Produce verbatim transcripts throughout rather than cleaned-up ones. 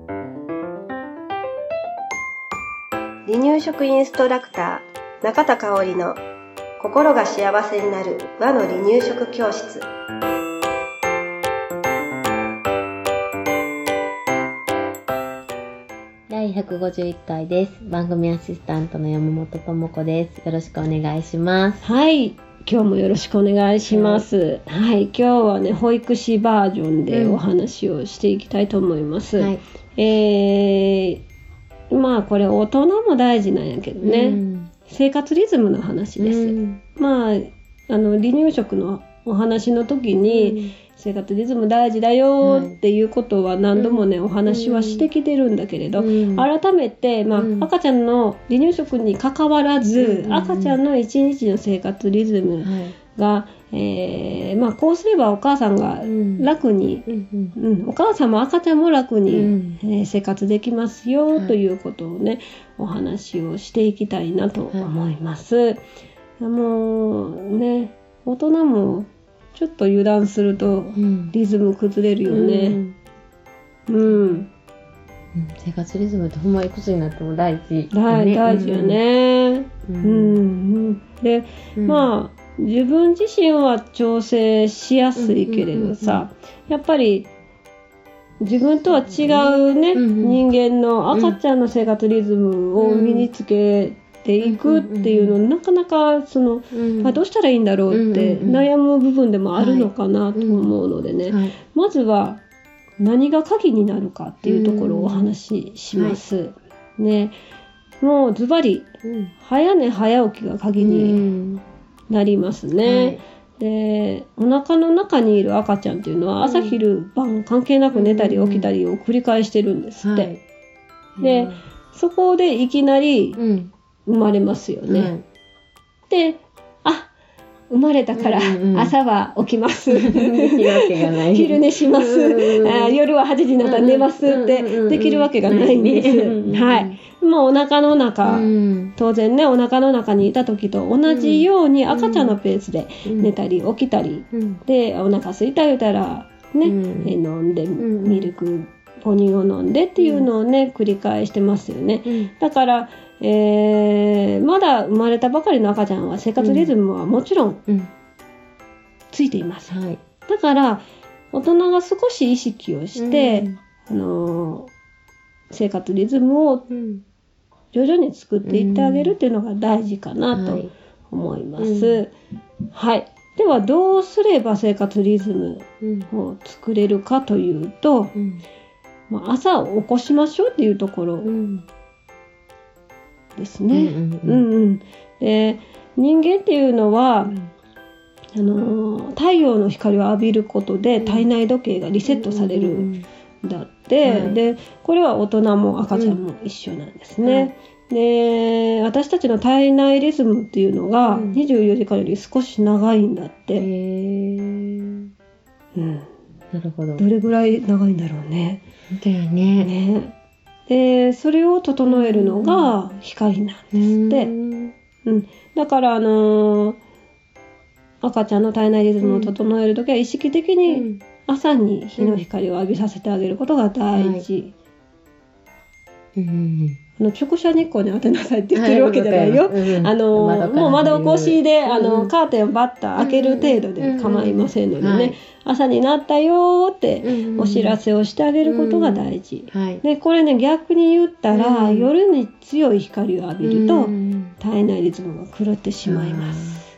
離乳食インストラクター中田香織の心が幸せになる和の離乳食教室。 だいひゃくごじゅういっかいです。番組アシスタントの山本智子です。よろしくお願いします。 はい、今日もよろしくお願いします。はい、はい、今日はね保育士バージョンでお話をしていきたいと思います。うん、はい、えー、まあこれ大人も大事なんやけどね、うん、生活リズムの話です。うん、まああの離乳食のお話の時に、うん、生活リズム大事だよっていうことは何度もね、うん、お話はしてきてるんだけれど、うん、改めて、まあうん、赤ちゃんの離乳食に関わらず、うん、赤ちゃんの一日の生活リズムが、はい、えーまあ、こうすればお母さんが楽に、うんうん、お母さんも赤ちゃんも楽に、うんえー、生活できますよ、はい、ということをねお話をしていきたいなと思います。はい、もうね大人もちょっと油断するとリズム崩れるよね。うん。うん、 生活リズムってほんまいくつになっても大事、 ね。大事よね。うん。うん、で、うん、まあ自分自身は調整しやすいけれどさ、やっぱり自分とは違うね、うん、人間の赤ちゃんの生活リズムを身につけてていくっていうの、うんうんうん、なかなかその、うん、どうしたらいいんだろうって悩む部分でもあるのかなと思うのでね、はいうん、まずは何が鍵になるかっていうところをお話しします、うんはい、ね、もうズバリ、うん、早寝早起きが鍵になりますね、うんはい、でお腹の中にいる赤ちゃんっていうのは朝昼晩関係なく寝たり起きたりを繰り返してるんですって、はい、でそこでいきなり、うん生まれますよね、うん、で、あ、生まれたから朝は起きます、うんうん、昼寝します、うん、あ夜ははちじになったら寝ますってできるわけがないんです、うんうん、はい。もうお腹の中、うん、当然ねお腹の中にいた時と同じように赤ちゃんのペースで寝たり起きたり、うん、でお腹空いた言うたらね、うん、飲んでミルク母乳を飲んでっていうのをね繰り返してますよね、うん、だからえー、まだ生まれたばかりの赤ちゃんは生活リズムはもちろんついています、うんはい、だから大人が少し意識をして、うんあのー、生活リズムを徐々に作っていってあげるっていうのが大事かなと思います、うんはいはい、ではどうすれば生活リズムを作れるかというと、うんまあ、朝起こしましょうっていうところ、うんですね。うんうんうんうん、で人間っていうのは、うん、あの太陽の光を浴びることで体内時計がリセットされるんだって、うんうんうん、でこれは大人も赤ちゃんも一緒なんですね。うん、で私たちの体内リズムっていうのがにじゅうよじかんより少し長いんだって。へー、うん、 なるほど。 どれぐらい長いんだろうね。 だよね。 ねでそれを整えるのが光なんですって、うんうん、だから、あのー、赤ちゃんの体内リズムを整えるときは意識的に朝に日の光を浴びさせてあげることが大事、うんはいうんあの直射日光に当てなさいって言ってるわけじゃないよ、はいうん、あのー、もう窓越しで、うん、あのカーテンをバッと開ける程度で構いませんのでね、うんはい、朝になったよってお知らせをしてあげることが大事、うんはい、でこれね逆に言ったら、うん、夜に強い光を浴びると、うん、体内リズムが狂ってしまいます、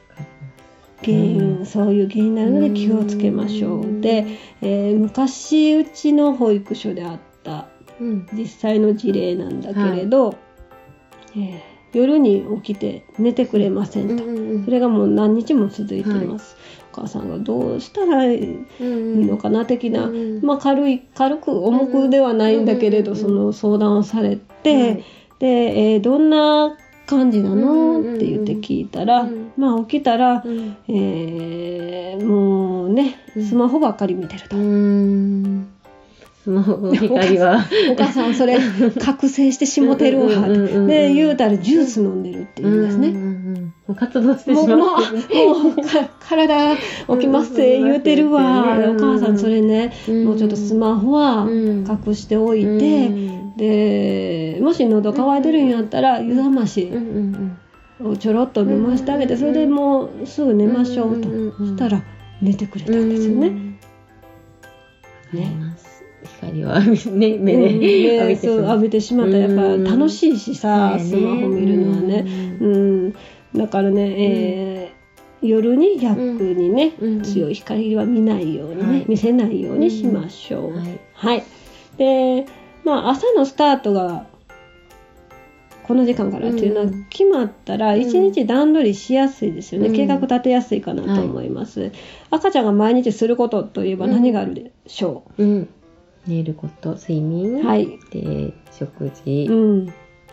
うん、原因、うん、そういう原因になるので気をつけましょう、うん、で、えー、昔うちの保育所であったうん、実際の事例なんだけれど、はいえー、夜に起きて寝てくれませんと、うんうんうん、それがもう何日も続いています、はい、お母さんがどうしたらいいのかな的な、うんうんまあ、軽い軽く重くではないんだけれど、うんうんうん、その相談をされて、うん、で、えー、どんな感じなの、うんうんうん、って言って聞いたら、うん、まあ起きたら、うんえー、もうねスマホばっかり見てると、うんスマホの光はお母さんそれ覚醒してしもてるわで言うたらジュース飲んでるって言うんですね、うんうんうん、 もう活動してしまもう、 ってもう、もうか体起きますって言うてるわ。 うんお母さんそれね、 うんもうちょっとスマホはうん隠しておいて、 うんで、もし喉乾いてるんやったら、湯冷ましうんうんうんをちょろっと飲ませてあげて、それでもうすぐ寝ましょうと。 うんうんうんそしたら寝てくれたんですよね。 うんね、光を浴びてね、目うんでで浴びてしそうまう。 浴びてしまったらやっぱ楽しいしさ、 うんスマホ見るのはね。うん、だからね、えー夜に逆にね、 うん強い光は見ないようにね、 はい見せないようにしましょう。 うんはいはい。で、まあ朝のスタートがこの時間からっていうのはうん決まったら一日段取りしやすいですよね、 うん計画立てやすいかなと思います、赤ちゃんが毎日することといえば何があるでしょうん。寝ること、睡う、 眠、 はい、 で、食事、 うん、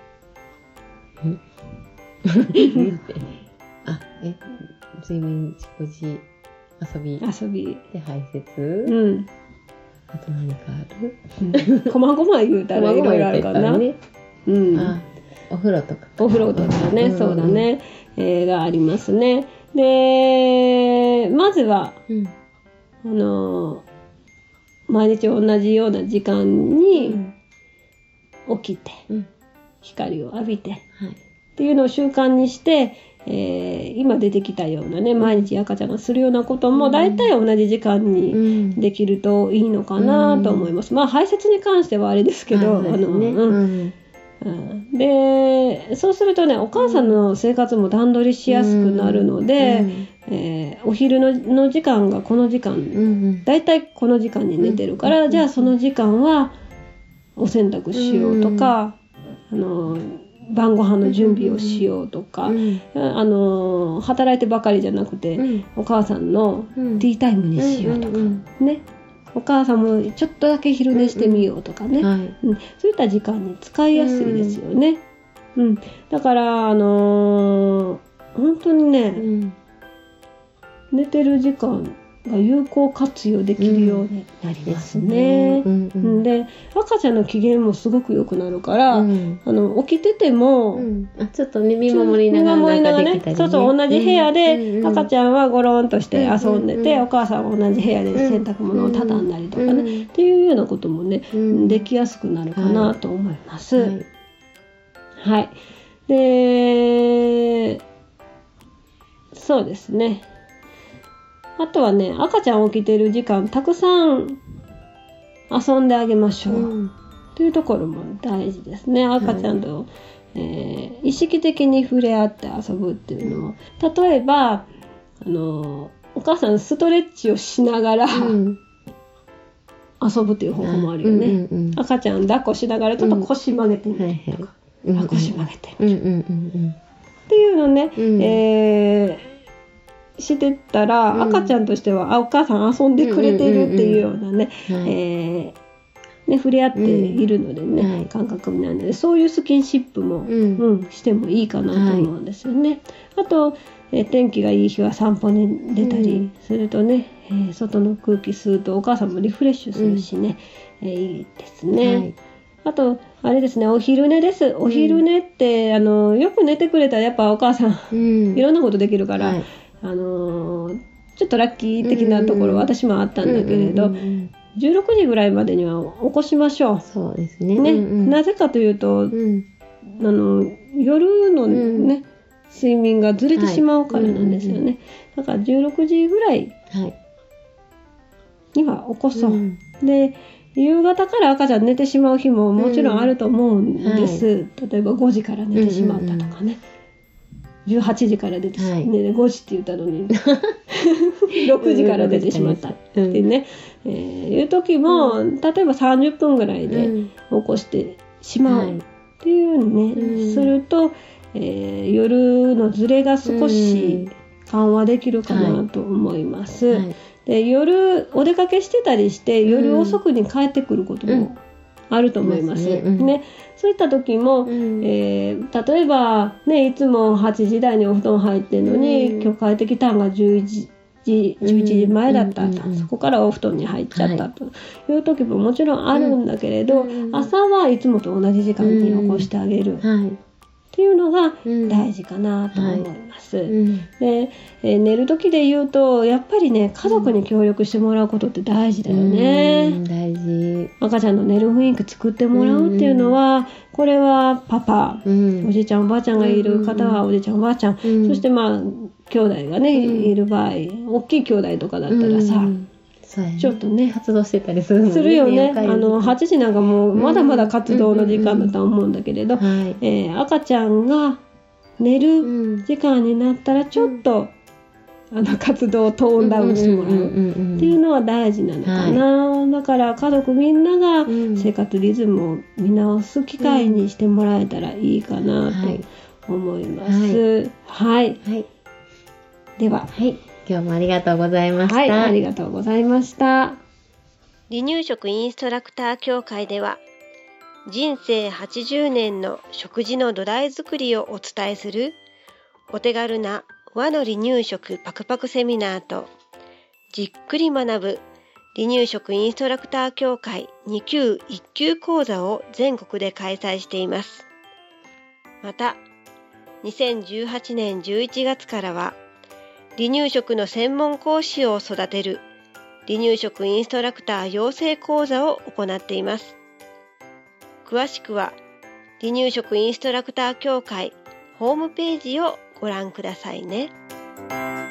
あ、え、睡眠、食事、遊び、 遊び、 で、排泄、 うん、 あと何かある？ うん、こまごま言うたらいろいろあるかな、 ね。 うん、 あ、お風呂とか。 お風呂とかね、 うんそうだね、えーがありますね。で、まずは、 うん。 あのー毎日同じような時間に起きて、 うん。 光を浴びて、 はい。 っていうのを習慣にして、えー今出てきたようなね、毎日赤ちゃんがするようなことも、だいたい同じ時間にんできるといいのかなと思います。まあ、排泄に関してはあれですけど、 はいあの、 ね。 うんうん。 うんで、そうするとね、お母さんの生活も段取りしやすくなるので、えーお昼のの時間がこの時間、 うんうん。 だいたいこの時間に寝てるから、 うんじゃあその時間はお洗濯しようとか、あの晩ご飯の準備をしようとか、 うんあの働いてばかりじゃなくて、 うんお母さんのうんティータイムにしようとか、 うんね、お母さんもちょっとだけ昼寝してみようとかね、 はい。 うんそういった時間に使いやすいですよね。うんだから、あのー本当にね、 うん。 寝てる時間が有効活用できるようになりますね。 うんううんん。 で、赤ちゃんの機嫌もすごく良くなるから、 うんあの起きてても、 うんあ、ちょっとね、見守りながら見守りながらなんかできたりね。 そうそう、同じ部屋で赤ちゃゃんはゴロンとして遊んでて、 うんうんうんお母さんは同じ部屋で洗濯物を畳んだりとかね、 うんっていうようなこともね、 んできやすくなるかなと思います。 ははい。 い。 で、そうですね。あとはね、赤ちゃん起きてる時間、たくさん遊んであげましょう。 うんというところも大事ですね。赤ちゃんと、えー意識的に触れ合って遊ぶっていうのも。例えば、あの、お母さんストレッチをしながらうん遊ぶっていう方法もあるよね。 うんうんうん赤ちゃん抱っこしながらちょっと腰曲げてみはいるとか、 はい。うんあ腰曲げてみるうんうんうんっていうのね、 うんえーしてったら、 うん赤ちゃんとしてはあお母さん遊んでくれてるっていうようなね、 うん。はい。 えーね触れ合っているのでね、 うんはい感覚になるので、そういうスキンシップも、 うんうんしてもいいかなと思うんですよね。あと、えー天気がいい日は散歩に出たりするとね、えー外の空気吸うとお母さんもリフレッシュするしね、えーいいですね。 はい。 あと、あれですね、お昼寝です。お昼寝って、あの、よく寝てくれたらやっぱお母さん、 うんいろんなことできるから、 はいあのーちょっとラッキー的なところ、 うん私もあったんだけれど、 うんうんうんじゅうろくじぐらいまでには起こしましょそうですね。 う。ね、 うんうんなぜかというと、 うんあの、夜のね、 うん睡眠がずれてしまうからなんですよね。だからじゅうろくじぐらいはい。 には起こそう。 うんで、夕方から赤ちゃん寝てしまう日ももちろんあると思うんです。例えばごじから寝てしまったとかね。じゅうはちじから出てしまった、 はいね、ごじって言ったのにろくじから出てしまったってね、えーいう時も、例えばさんじゅっぷんぐらいでうん起こしてしまはいうっていうね、 うんすると、えー夜のズレが少し緩和できるかなと思います。 はいで夜お出かけしてたりして夜遅くに帰ってくることもあると思います。 うんうんね、そういった時も、 うんえー例えば、ね、いつもはちじ台にお布団入ってるのに、 うん今日帰ってきたのがじゅういちじ、じゅういちじまえだったと、 うんうんうんそこからお布団に入っちゃったという時ももちろんあるんだけれど、 うん朝はいつもと同じ時間に起こしてあげる。 はい。 っっていうのが大事かなと思います。うんはいうん、で、えー、寝る時で言うとやっぱりね家族に協力してもらうことって大事だよね。 うん、大事。 赤ちゃんの寝る雰囲気作ってもらうっていうのは、うん、これはパパ、うん、おじいちゃんおばあちゃんがいる方はおじいちゃんおばあちゃん、うん、そしてまあ兄弟がね、うん、いる場合大きい兄弟とかだったらさ、うんそうやね、 ちょっとね活動してたりするもんね。 するよね。あのはちじなんかもうまだまだ活動の時間だと思うんだけれど、えー、赤ちゃんが寝る時間になったらちょっと、うん、あの活動をトーンダウンしてもらうっていうのは大事なのかな、はい、だから家族みんなが生活リズムを見直す機会にしてもらえたらいいかなと思います。はい、はいはい、では、 はい今日もありがとうございました。はい、 ありがとうございました。 離乳食インストラクター協会では、人生はちじゅうねんの食事の土台作りをお伝えするお手軽な和の離乳食パクパクセミナーと、じっくり学ぶ離乳食インストラクター協会に級いっ級講座を全国で開催しています。また、にせんじゅうはちねんじゅういちがつからは、離乳食の専門講師を育てる離乳食インストラクター養成講座を行っています。詳しくは離乳食インストラクター協会ホームページをご覧くださいね。